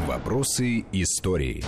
Вопросы истории.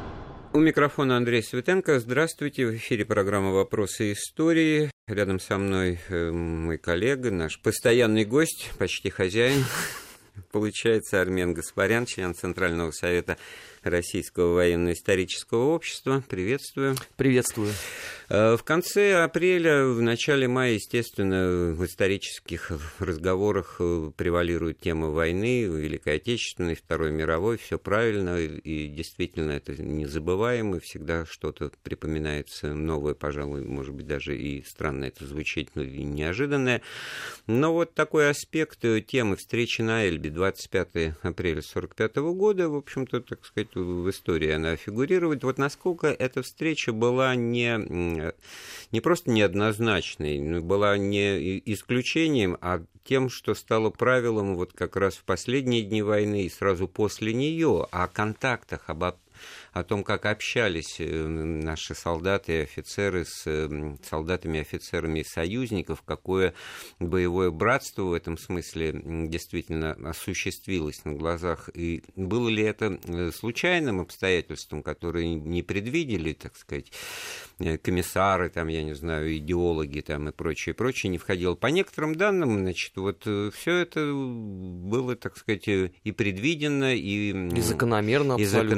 У микрофона Андрей Светенко. Здравствуйте. В эфире программа «Вопросы истории». Рядом со мной мой коллега, наш постоянный гость, почти хозяин, получается, Армен Гаспарян, член Центрального совета Российского военно-исторического общества. Приветствую. Приветствую. В конце апреля, в начале мая, естественно, в исторических разговорах превалирует тема войны, Великой Отечественной, Второй мировой, все правильно, и действительно это незабываемо, всегда что-то припоминается новое, пожалуй, может быть, даже и странно это звучит, но и неожиданное. Но вот такой аспект темы встречи на Эльбе 25 апреля 1945 года, в общем-то, так сказать, в истории она фигурирует. Вот насколько эта встреча была не просто неоднозначной, но была не исключением, а тем, что стало правилом вот как раз в последние дни войны и сразу после нее, о контактах, о том, как общались наши солдаты и офицеры с солдатами и офицерами союзников, какое боевое братство в этом смысле действительно осуществилось на глазах. И было ли это случайным обстоятельством, которое не предвидели, так сказать, комиссары, там, я не знаю, идеологи там, и прочее, не входило. По некоторым данным, значит, вот все это было, так сказать, и предвидено, и закономерно,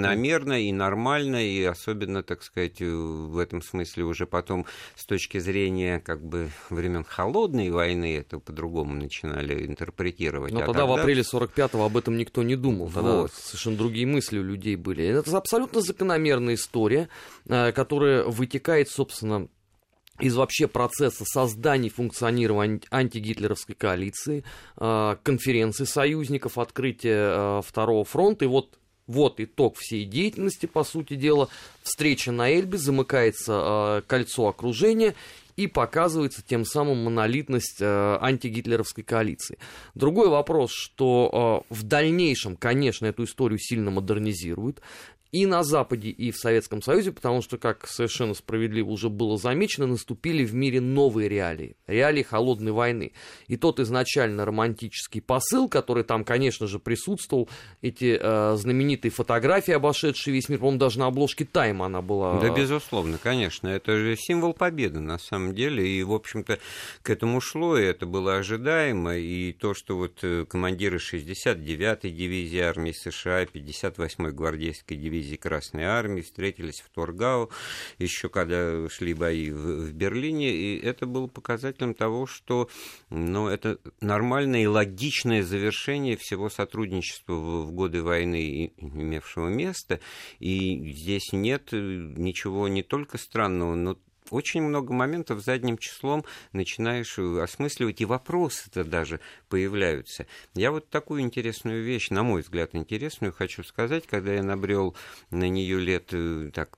и нормально, и особенно, так сказать, в этом смысле уже потом с точки зрения как бы времен холодной войны это по-другому начинали интерпретировать. Но тогда в апреле 45-го об этом никто не думал. Тогда совершенно другие мысли у людей были. Это абсолютно закономерная история, которая вытекает, собственно, из вообще процесса создания и функционирования антигитлеровской коалиции, конференции союзников, открытия Второго фронта. И вот итог всей деятельности, по сути дела. Встреча на Эльбе, замыкается кольцо окружения и показывается тем самым монолитность антигитлеровской коалиции. Другой вопрос, что в дальнейшем, конечно, эту историю сильно модернизируют. И на Западе, и в Советском Союзе, потому что, как совершенно справедливо уже было замечено, наступили в мире новые реалии, реалии холодной войны. И тот изначально романтический посыл, который там, конечно же, присутствовал, эти знаменитые фотографии, обошедшие весь мир, по-моему, даже на обложке «Тайма» она была. Да, безусловно, конечно, это же символ победы, на самом деле, и, в общем-то, к этому шло, и это было ожидаемо, и то, что вот командиры 69-й дивизии армии США, 58-й гвардейской дивизии Красной Армии встретились в Торгау, еще когда шли бои в Берлине, и это было показателем того, что это нормальное и логичное завершение всего сотрудничества в годы войны, имевшего место, и здесь нет ничего не только странного, но очень много моментов задним числом начинаешь осмысливать, и вопросы-то даже появляются. Я вот такую интересную вещь, на мой взгляд, интересную, хочу сказать, когда я набрел на нее лет так,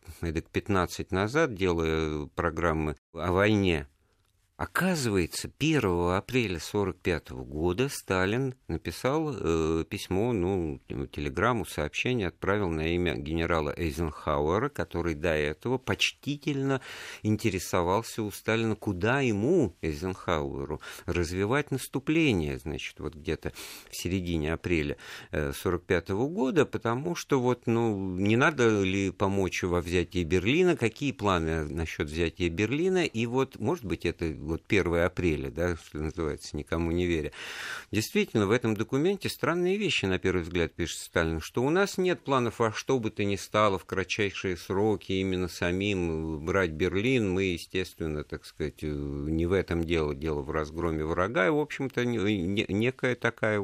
15 назад, делая программы о войне. Оказывается, 1 апреля 1945 года Сталин написал письмо, телеграмму, сообщение отправил на имя генерала Эйзенхауэра, который до этого почтительно интересовался у Сталина, куда ему, Эйзенхауэру, развивать наступление, значит, вот где-то в середине апреля 1945 года, потому что не надо ли помочь во взятии Берлина, какие планы насчет взятия Берлина, и может быть, это 1 апреля, да, что называется, никому не веря. Действительно, в этом документе странные вещи, на первый взгляд, пишет Сталин, что у нас нет планов во что бы то ни стало в кратчайшие сроки именно самим брать Берлин. Мы, естественно, так сказать, не в этом дело в разгроме врага. И, в общем-то, некая такая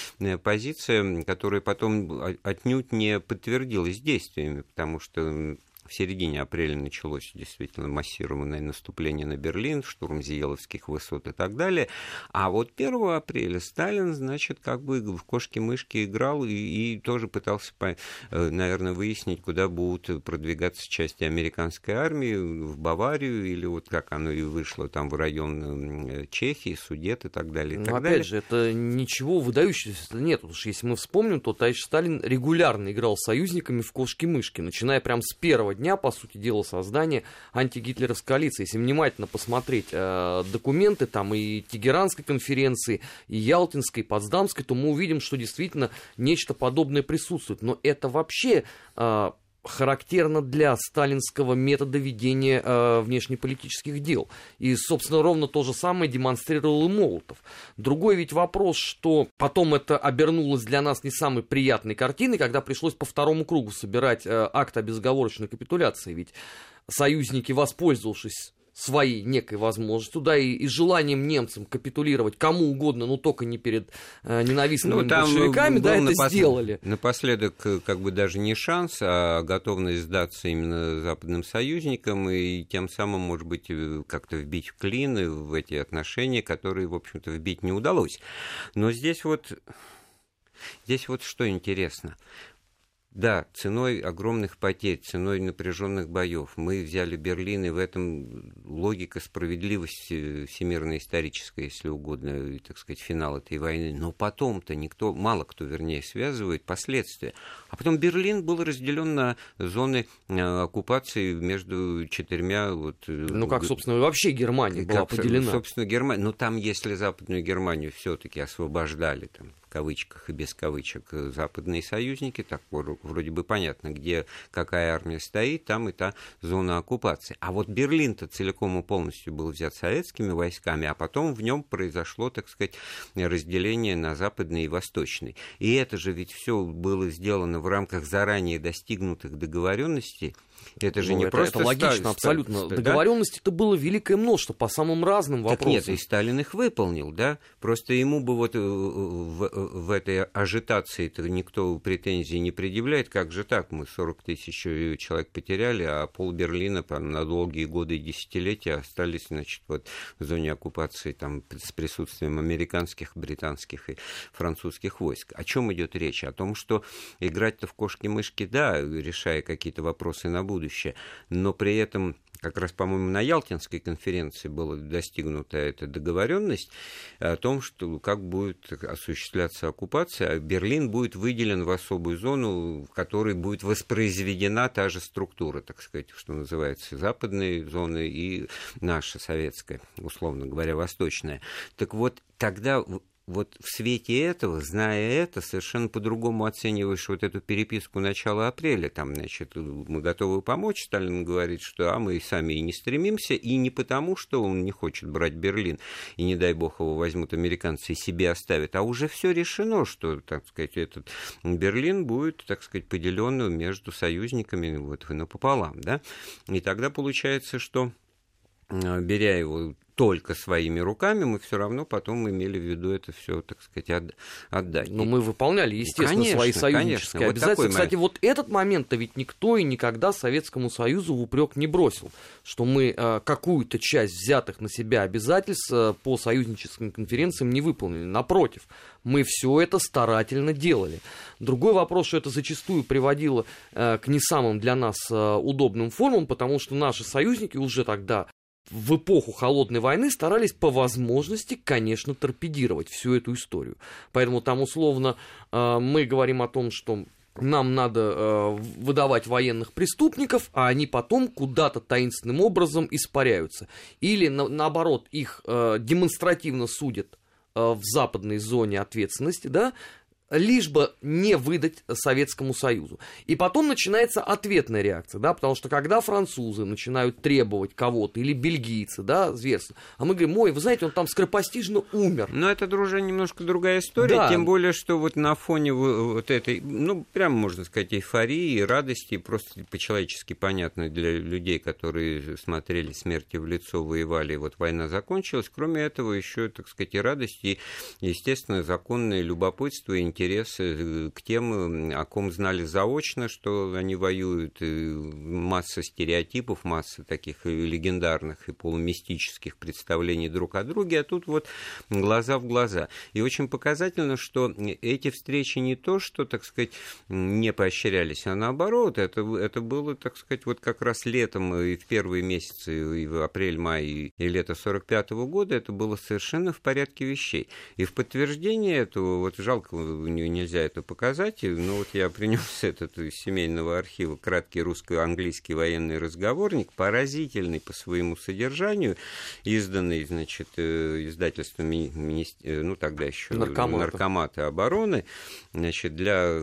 позиция, которая потом отнюдь не подтвердилась действиями, потому что в середине апреля началось действительно массированное наступление на Берлин, штурм Зиеловских высот и так далее. А 1 апреля Сталин, значит, как бы в кошки-мышки играл и тоже пытался, наверное, выяснить, куда будут продвигаться части американской армии, в Баварию, или как оно и вышло, там в район Чехии, Судет и так далее. И так далее. Опять же, это ничего выдающегося нет. Потому что если мы вспомним, то товарищ Сталин регулярно играл с союзниками в кошки-мышки, начиная прям с первого дня дня, по сути дела, создания антигитлеровской коалиции. Если внимательно посмотреть документы там и Тегеранской конференции, и Ялтинской, и Потсдамской, то мы увидим, что действительно нечто подобное присутствует. Но это вообще характерно для сталинского метода ведения внешнеполитических дел. И, собственно, ровно то же самое демонстрировал и Молотов. Другой ведь вопрос, что потом это обернулось для нас не самой приятной картиной, когда пришлось по второму кругу собирать акт о безоговорочной капитуляции. Ведь союзники, воспользовавшись своей некой возможностью, да, и желанием немцам капитулировать кому угодно, но только не перед ненавистными большевиками, да, это сделали. Напоследок, как бы даже не шанс, а готовность сдаться именно западным союзникам и тем самым, может быть, как-то вбить в клин в эти отношения, которые, в общем-то, вбить не удалось. Но здесь вот что интересно. Да, ценой огромных потерь, ценой напряженных боев. Мы взяли Берлин, и в этом логика, справедливость всемирно-историческая, если угодно, так сказать, финал этой войны. Но потом-то мало кто связывает последствия. А потом Берлин был разделен на зоны оккупации между четырьмя... Ну, как, собственно, вообще Германия была поделена. Собственно, Германия. Но там, если Западную Германию все-таки освобождали, там, в кавычках и без кавычек, западные союзники, так вроде бы понятно, где какая армия стоит, там и та зона оккупации. А вот Берлин-то целиком и полностью был взят советскими войсками, а потом в нем произошло, так сказать, разделение на западный и восточный. И это же ведь все было сделано в рамках заранее достигнутых договоренностей. Это же не просто... Это логично, абсолютно. Да? Договоренностей-то было великое множество по самым разным вопросам. Так нет, и Сталин их выполнил, да? Просто ему бы вот в этой ажитации-то никто претензий не предъявляет. Как же так? Мы 40 тысяч человек потеряли, а пол Берлина на долгие годы и десятилетия остались, значит, вот в зоне оккупации там, с присутствием американских, британских и французских войск. О чем идет речь? О том, что играть-то в кошки-мышки, да, решая какие-то вопросы на будущее, но при этом как раз, по-моему, на Ялтинской конференции была достигнута эта договоренность о том, что как будет осуществляться оккупация, а Берлин будет выделен в особую зону, в которой будет воспроизведена та же структура, так сказать, что называется, западные зоны и наша советская, условно говоря, восточная. Так вот, тогда... Вот в свете этого, зная это, совершенно по-другому оцениваешь вот эту переписку начала апреля. Там, значит, мы готовы помочь. Сталин говорит, что мы сами и не стремимся, и не потому, что он не хочет брать Берлин, и, не дай бог, его возьмут американцы и себе оставят, а уже все решено, что, так сказать, этот Берлин будет, так сказать, поделен между союзниками вот напополам, да? И тогда получается, что, беря его только своими руками, мы все равно потом имели в виду это все, так сказать, отдать. Но мы выполняли, естественно, свои союзнические обязательства. Кстати, вот этот момент-то ведь никто и никогда Советскому Союзу в упрек не бросил, что мы какую-то часть взятых на себя обязательств по союзническим конференциям не выполнили. Напротив, мы все это старательно делали. Другой вопрос, что это зачастую приводило к не самым для нас удобным формам, потому что наши союзники уже тогда в эпоху Холодной войны старались по возможности, конечно, торпедировать всю эту историю. Поэтому там условно мы говорим о том, что нам надо выдавать военных преступников, а они потом куда-то таинственным образом испаряются. Или, наоборот, их демонстративно судят в западной зоне ответственности, да, лишь бы не выдать Советскому Союзу. И потом начинается ответная реакция, да, потому что когда французы начинают требовать кого-то, или бельгийцы, да, зверства, а мы говорим, вы знаете, он там скоропостижно умер. Но это, друзья, немножко другая история, да. Тем более, что вот на фоне вот этой, прямо можно сказать, эйфории и радости, просто по-человечески понятно для людей, которые смотрели «Смерти в лицо», воевали, и вот война закончилась, кроме этого еще, так сказать, и радость, и, естественно, законное любопытство и интерес к тем, о ком знали заочно, что они воюют, и масса стереотипов, масса таких легендарных и полумистических представлений друг о друге, а тут вот глаза в глаза. И очень показательно, что эти встречи не то, что, так сказать, не поощрялись, а наоборот, это было, так сказать, вот как раз летом и в первые месяцы, и в апрель-май, и лето 1945 года, это было совершенно в порядке вещей. И в подтверждение этого, вот жалко, исследованию нельзя это показать, но вот я принес этот из семейного архива краткий русско-английский военный разговорник, поразительный по своему содержанию, изданный, значит, издательством, ну, тогда еще Наркомата обороны, значит, для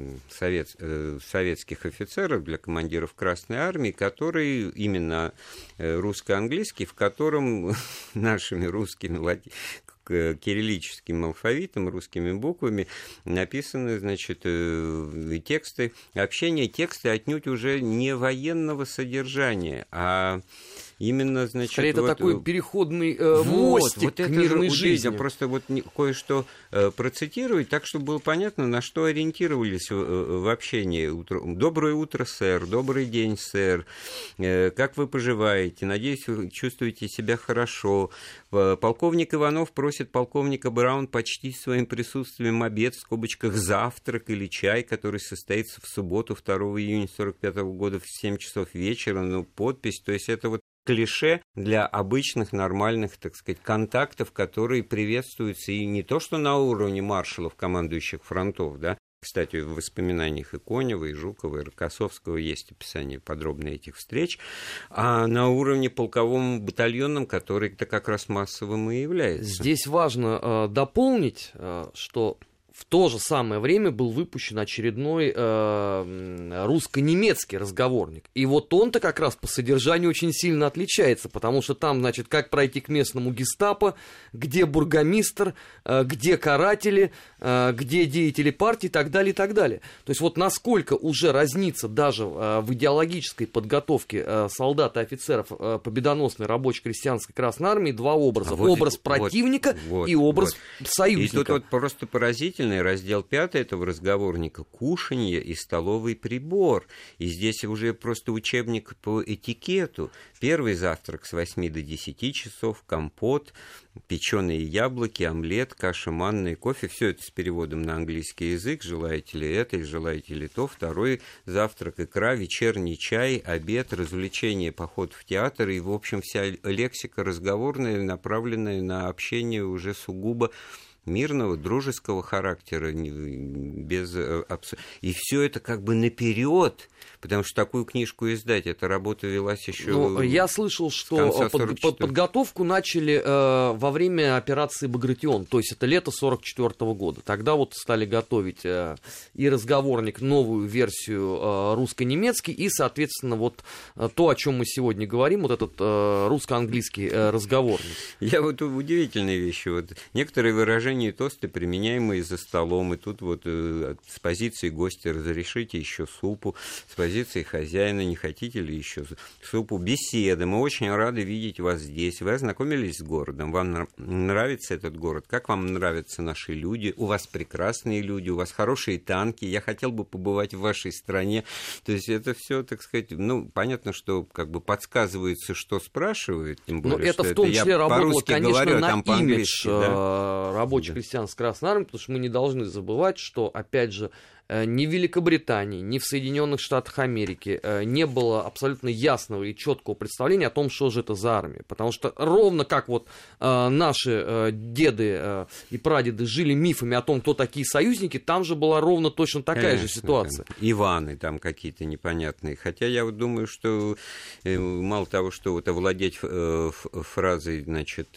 советских офицеров, для командиров Красной Армии, который именно русско-английский, в котором нашими русскими кириллическим алфавитом, русскими буквами написаны, значит, тексты, тексты отнюдь уже не военного содержания, а именно, значит... Скорее, это такой переходный мостик к мирной жизни. Просто вот кое-что процитировать, так, чтобы было понятно, на что ориентировались в общении. Доброе утро, сэр, добрый день, сэр, как вы поживаете, надеюсь, вы чувствуете себя хорошо. Полковник Иванов просит полковника Браун почтить своим присутствием обед, в скобочках завтрак или чай, который состоится в субботу 2 июня 1945 года в 7 часов вечера, ну, подпись, то есть это вот клише для обычных, нормальных, так сказать, контактов, которые приветствуются и не то, что на уровне маршалов, командующих фронтов, да. Кстати, в воспоминаниях и Конева, и Жукова, и Рокоссовского есть описание подробное этих встреч, а на уровне полковом батальонном, который-то как раз массовым и является. Здесь важно дополнить, что в то же самое время был выпущен очередной русско-немецкий разговорник. И вот он-то как раз по содержанию очень сильно отличается, потому что там, значит, как пройти к местному гестапо, где бургомистр, где каратели, где деятели партии и так далее, и так далее. То есть вот насколько уже разнится даже в идеологической подготовке солдат и офицеров победоносной рабоче-крестьянской Красной Армии два образа. Образ противника и образ союзника. И тут вот просто поразительно, раздел 5 этого разговорника «Кушанье и столовый прибор». И здесь уже просто учебник по этикету. Первый завтрак с 8 до 10 часов, компот, печеные яблоки, омлет, каша манная, кофе. Все это с переводом на английский язык. Желаете ли это или желаете ли то. Второй завтрак, икра, вечерний чай, обед, развлечение, поход в театр. И, в общем, вся лексика разговорная, направленная на общение уже сугубо мирного, дружеского характера, без и все это как бы наперед, потому что такую книжку издать, эта работа велась еще. Ну, я слышал, что подготовку начали во время операции «Багратион», то есть это лето 1944 года. Тогда вот стали готовить и разговорник, новую версию русско-немецкий, и, соответственно, вот то, о чем мы сегодня говорим, вот этот русско-английский разговорник. Я вот удивительные вещи, вот некоторые выражения и тосты, применяемые за столом, и тут вот с позиции гостя разрешите еще супу, с позиции хозяина не хотите ли еще супу, беседа, мы очень рады видеть вас здесь, вы ознакомились с городом, вам нравится этот город, как вам нравятся наши люди, у вас прекрасные люди, у вас хорошие танки, я хотел бы побывать в вашей стране, то есть это все, так сказать, ну, понятно, что как бы подсказывается, что спрашивают, тем более, это что в том числе работало, конечно, говорю, на имидж рабоче-крестьянской Красной Армии, потому что мы не должны забывать, что, опять же, ни в Великобритании, ни в Соединенных Штатах Америки не было абсолютно ясного и четкого представления о том, что же это за армия. Потому что ровно как вот наши деды и прадеды жили мифами о том, кто такие союзники, там же была ровно точно такая же ситуация. Иваны там какие-то непонятные. Хотя я вот думаю, что мало того, что вот овладеть фразой, значит,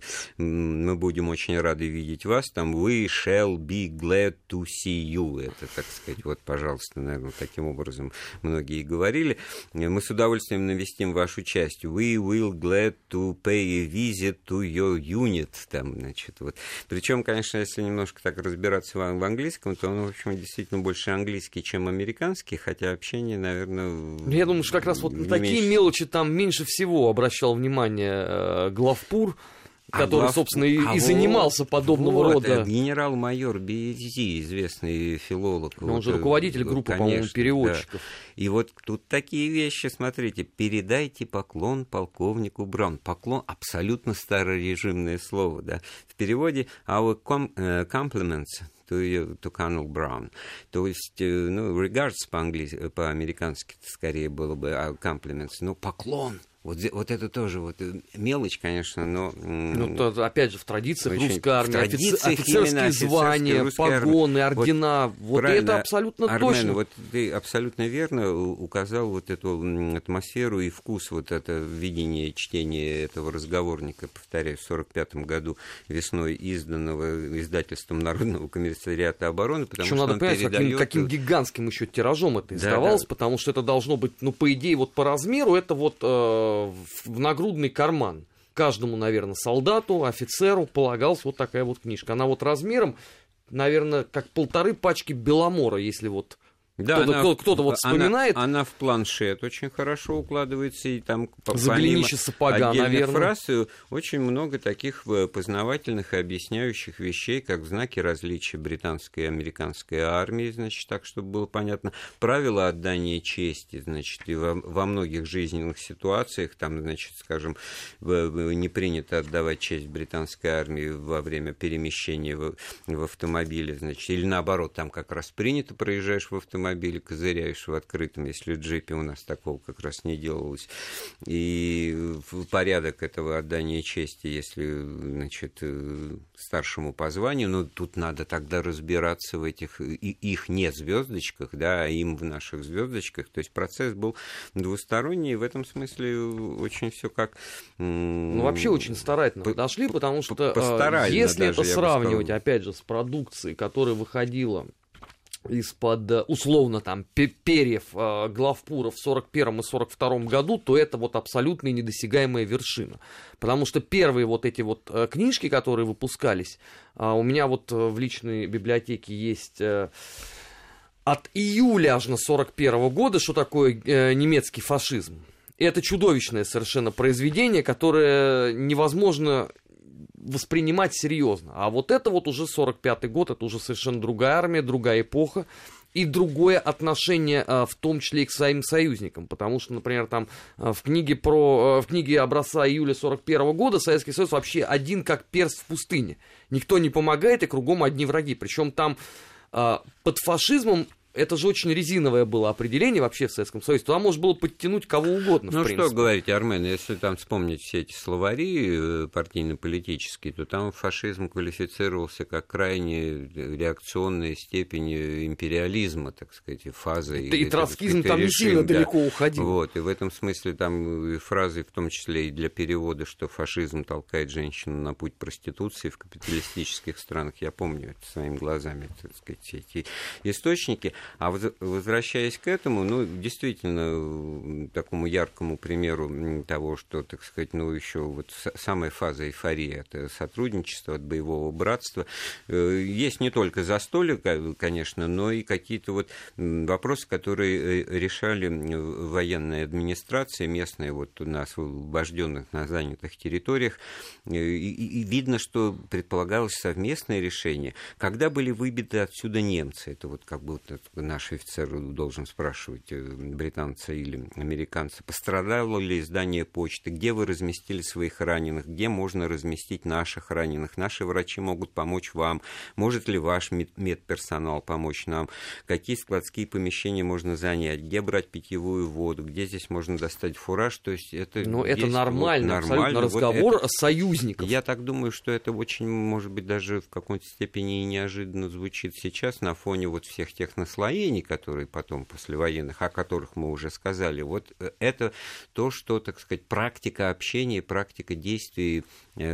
мы будем очень рады видеть вас, там we shall be glad to see you. Это, так сказать, вот, пожалуйста, наверное, таким образом многие говорили. Мы с удовольствием навестим вашу часть. We will glad to pay a visit to your unit. Там, значит, вот. Причем, конечно, если немножко так разбираться в английском, то он, в общем, действительно больше английский, чем американский, хотя общение, наверное... Я думаю, что как раз вот на такие мелочи там меньше всего обращал внимание главпур, который, собственно, и занимался подобного рода. Генерал-майор Биези, известный филолог. Он же руководитель группы, конечно, по-моему, переводчиков. Да. И вот тут такие вещи, смотрите, передайте поклон полковнику Браун. Поклон — абсолютно старорежимное слово, да. В переводе our compliments to Colonel Brown. То есть, ну, regards по-американски скорее было бы compliments, но поклон. Вот это тоже вот мелочь, конечно, но... Ну, то, опять же, в традициях русской армии, офицерские звания, погоны, ордена, вот это абсолютно Армен, точно. Вот ты абсолютно верно указал вот эту атмосферу и вкус, вот это видение чтения этого разговорника, повторяю, в 1945 году весной изданного издательством Народного комиссариата обороны, потому причем что надо он понять, передает... каким гигантским еще тиражом это издавалось, потому что это должно быть, ну, по идее, вот по размеру, это вот в нагрудный карман. Каждому, наверное, солдату, офицеру полагалась вот такая вот книжка. Она вот размером, наверное, как 1,5 пачки Беломора, если вот да, кто-то вот вспоминает. Она в планшет очень хорошо укладывается, и там за голенище сапога, наверное. Фраз, очень много таких познавательных и объясняющих вещей, как знаки различия британской и американской армии, значит, так, чтобы было понятно. Правила отдания чести, значит, и во многих жизненных ситуациях, там, значит, скажем, не принято отдавать честь британской армии во время перемещения в автомобиле, значит, или наоборот, там как раз принято, проезжаешь в автомобиле, козыряешь в открытом, если в джипе у нас такого как раз не делалось. И порядок этого отдания чести, если, значит, старшему по званию, ну, тут надо тогда разбираться в этих, их не звездочках, да, а им в наших звездочках. То есть процесс был двусторонний, и в этом смысле очень все как... Ну, вообще очень старательно подошли, потому что если даже, это сравнивать, опять же, с продукцией, которая выходила из-под, условно, там, перьев главпура в 1941 и 1942 году, то это вот абсолютно недосягаемая вершина. Потому что первые вот эти вот книжки, которые выпускались, у меня вот в личной библиотеке есть от июля аж на 1941 года, что такое немецкий фашизм. Это чудовищное совершенно произведение, которое невозможно воспринимать серьезно. А вот это вот уже 45-й год, это уже совершенно другая армия, другая эпоха и другое отношение, в том числе и к своим союзникам. Потому что, например, там в книге образца июля 41 года Советский Союз вообще один как перст в пустыне. Никто не помогает, и кругом одни враги. Причем там под фашизмом это же очень резиновое было определение вообще в Советском Союзе. Туда можно было подтянуть кого угодно, в принципе. Ну, что говорить, Армен, если там вспомнить все эти словари партийно-политические, то там фашизм квалифицировался как крайне реакционная степень империализма, так сказать, фаза. И троцкизм там не сильно далеко уходил. Вот, и в этом смысле там фразы, в том числе и для перевода, что фашизм толкает женщину на путь проституции в капиталистических странах. Я помню это своими глазами, так сказать, все эти источники. А возвращаясь к этому, ну, действительно, такому яркому примеру того, что, так сказать, ну, еще вот самая фаза эйфории, это сотрудничество от боевого братства. Есть не только застолье, конечно, но и какие-то вот вопросы, которые решали военная администрация местная вот на освобожденных, на занятых территориях. И видно, что предполагалось совместное решение. Когда были выбиты отсюда немцы, это вот как будто наш офицер должен спрашивать британца или американца, пострадало ли здание почты, где вы разместили своих раненых, где можно разместить наших раненых, наши врачи могут помочь вам, может ли ваш медперсонал помочь нам, какие складские помещения можно занять, где брать питьевую воду, где здесь можно достать фураж, то есть это... Ну, это нормально, абсолютно разговор вот союзников. Я так думаю, что это очень, может быть, даже в какой-то степени и неожиданно звучит сейчас на фоне вот всех тех наслоений, которые потом послевоенных, о которых мы уже сказали. Вот это то, что, так сказать, практика общения, практика действий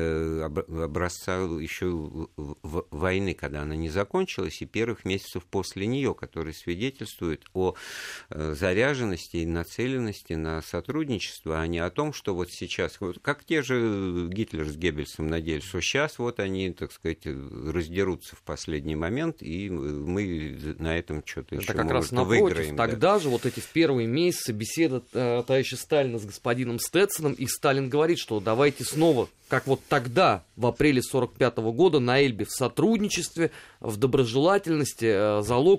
образца еще войны, когда она не закончилась, и первых месяцев после нее, которые свидетельствуют о заряженности и нацеленности на сотрудничество, а не о том, что вот сейчас, вот как те же Гитлер с Геббельсом надеялись, что сейчас вот они, так сказать, раздерутся в последний момент, и мы на этом что-то еще, как раз напротив, выиграем. Тогда же, вот эти в первые месяцы, беседа товарища Сталина с господином Стетсоном, и Сталин говорит, что давайте снова, как вот тогда, в апреле 1945 года на Эльбе, в сотрудничестве, в доброжелательности, залог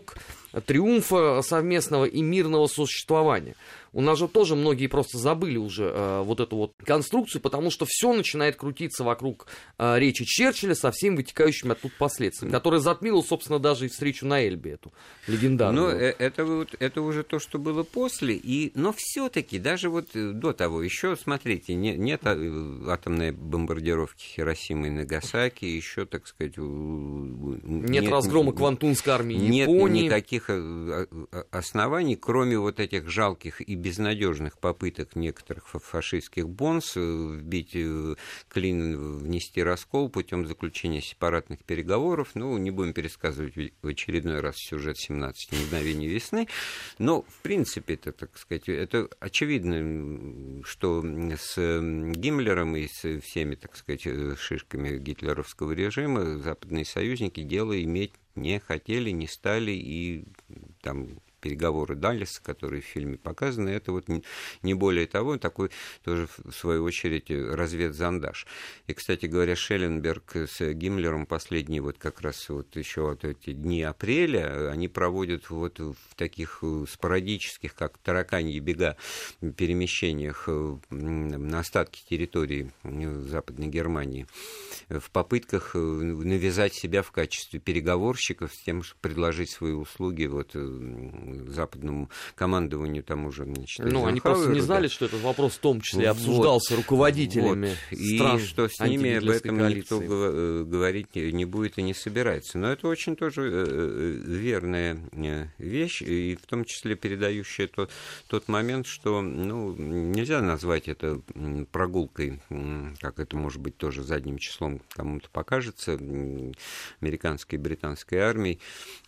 триумфа совместного и мирного существования. У нас же тоже многие просто забыли уже вот эту вот конструкцию, потому что все начинает крутиться вокруг речи Черчилля со всеми вытекающими оттуда последствиями, которая затмила, собственно, даже и встречу на Эльбе эту легендарную. Но это уже то, что было после, но все-таки даже вот до того еще, смотрите, нет атомной бомбардировки Хиросимы и Нагасаки, еще, так сказать... Нет разгрома Квантунской армии Японии. Нет никаких оснований, кроме вот этих жалких и безнадежных попыток некоторых фашистских бонс вбить клин, внести раскол путем заключения сепаратных переговоров. Ну, не будем пересказывать в очередной раз сюжет «17 мгновений весны», но, в принципе, это, так сказать, это очевидно, что с Гиммлером и с всеми, так сказать, шишками гитлеровского режима западные союзники дело иметь не хотели, не стали, и там... переговоры Даллеса, которые в фильме показаны, это вот не более того, такой тоже, в свою очередь, разведзондаж. И, кстати говоря, Шелленберг с Гиммлером последние вот как раз вот еще вот эти дни апреля, они проводят вот в таких спорадических, как тараканьи бега, перемещениях на остатки территории Западной Германии, в попытках навязать себя в качестве переговорщиков с тем, чтобы предложить свои услуги вот западному командованию тому же, значит, они просто не знали, что этот вопрос в том числе обсуждался руководителями стран, и что с ними об этом коалиции никто говорить не будет и не собирается. Но это очень тоже верная вещь, и в том числе передающая тот момент, что нельзя назвать это прогулкой, как это может быть тоже задним числом кому-то покажется, американской и британской армией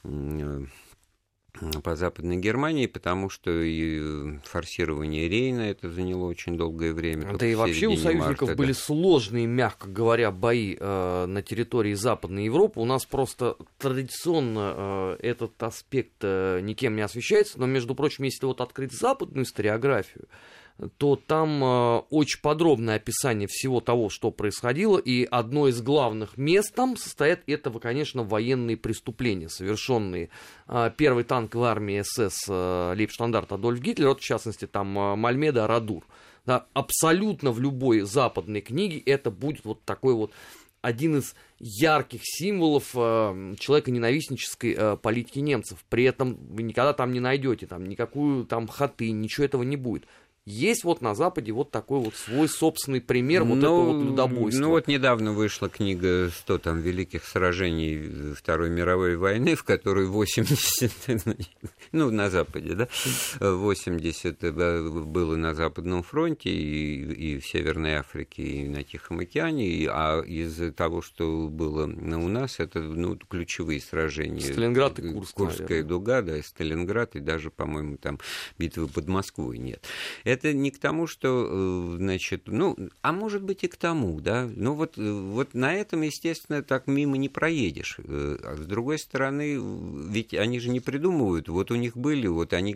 по Западной Германии, потому что и форсирование Рейна это заняло очень долгое время. Да и вообще у союзников были сложные, мягко говоря, бои на территории Западной Европы. У нас просто традиционно этот аспект никем не освещается, но, между прочим, если вот открыть западную историографию, то там очень подробное описание всего того, что происходило, и одно из главных мест там состоит этого, конечно, военные преступления, совершенные первой танковой армией СС лейбштандарт Адольф Гитлер, вот в частности там Мальмеда, Радур. Да, абсолютно в любой западной книге это будет вот такой вот один из ярких символов человеконенавистнической политики немцев. При этом вы никогда там не найдете там никакую там хатынь, ничего этого не будет. Есть вот на Западе вот такой вот свой собственный пример вот этого вот людобойства. Вот недавно вышла книга «100 там великих сражений Второй мировой войны», в которой 80, на Западе, да, 80 было на Западном фронте и в Северной Африке, и на Тихом океане, а из того, что было у нас, это ключевые сражения. Сталинград и Курск, Курская наверное. дуга, да, и Сталинград, и даже, по-моему, там битвы под Москвой нет. Это не к тому, что, значит, а может быть и к тому, да, вот на этом, естественно, так мимо не проедешь. А с другой стороны, ведь они же не придумывают, вот у них были, вот они,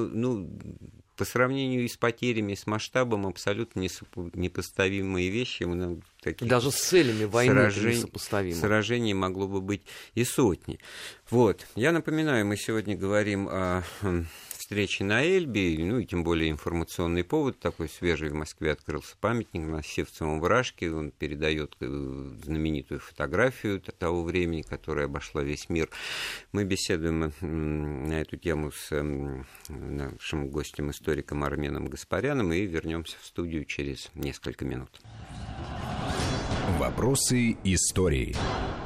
по сравнению и с потерями, и с масштабом абсолютно непоставимые вещи. Таких даже с целями войны несопоставимы. Сражений могло бы быть и сотни. Вот. Я напоминаю, мы сегодня говорим о встречи на Эльбе, и тем более информационный повод такой свежий. В Москве открылся памятник на Севцевом вражке, он передает знаменитую фотографию того времени, которая обошла весь мир. Мы беседуем на эту тему с нашим гостем, историком Арменом Гаспаряном, и вернемся в студию через несколько минут. Вопросы истории.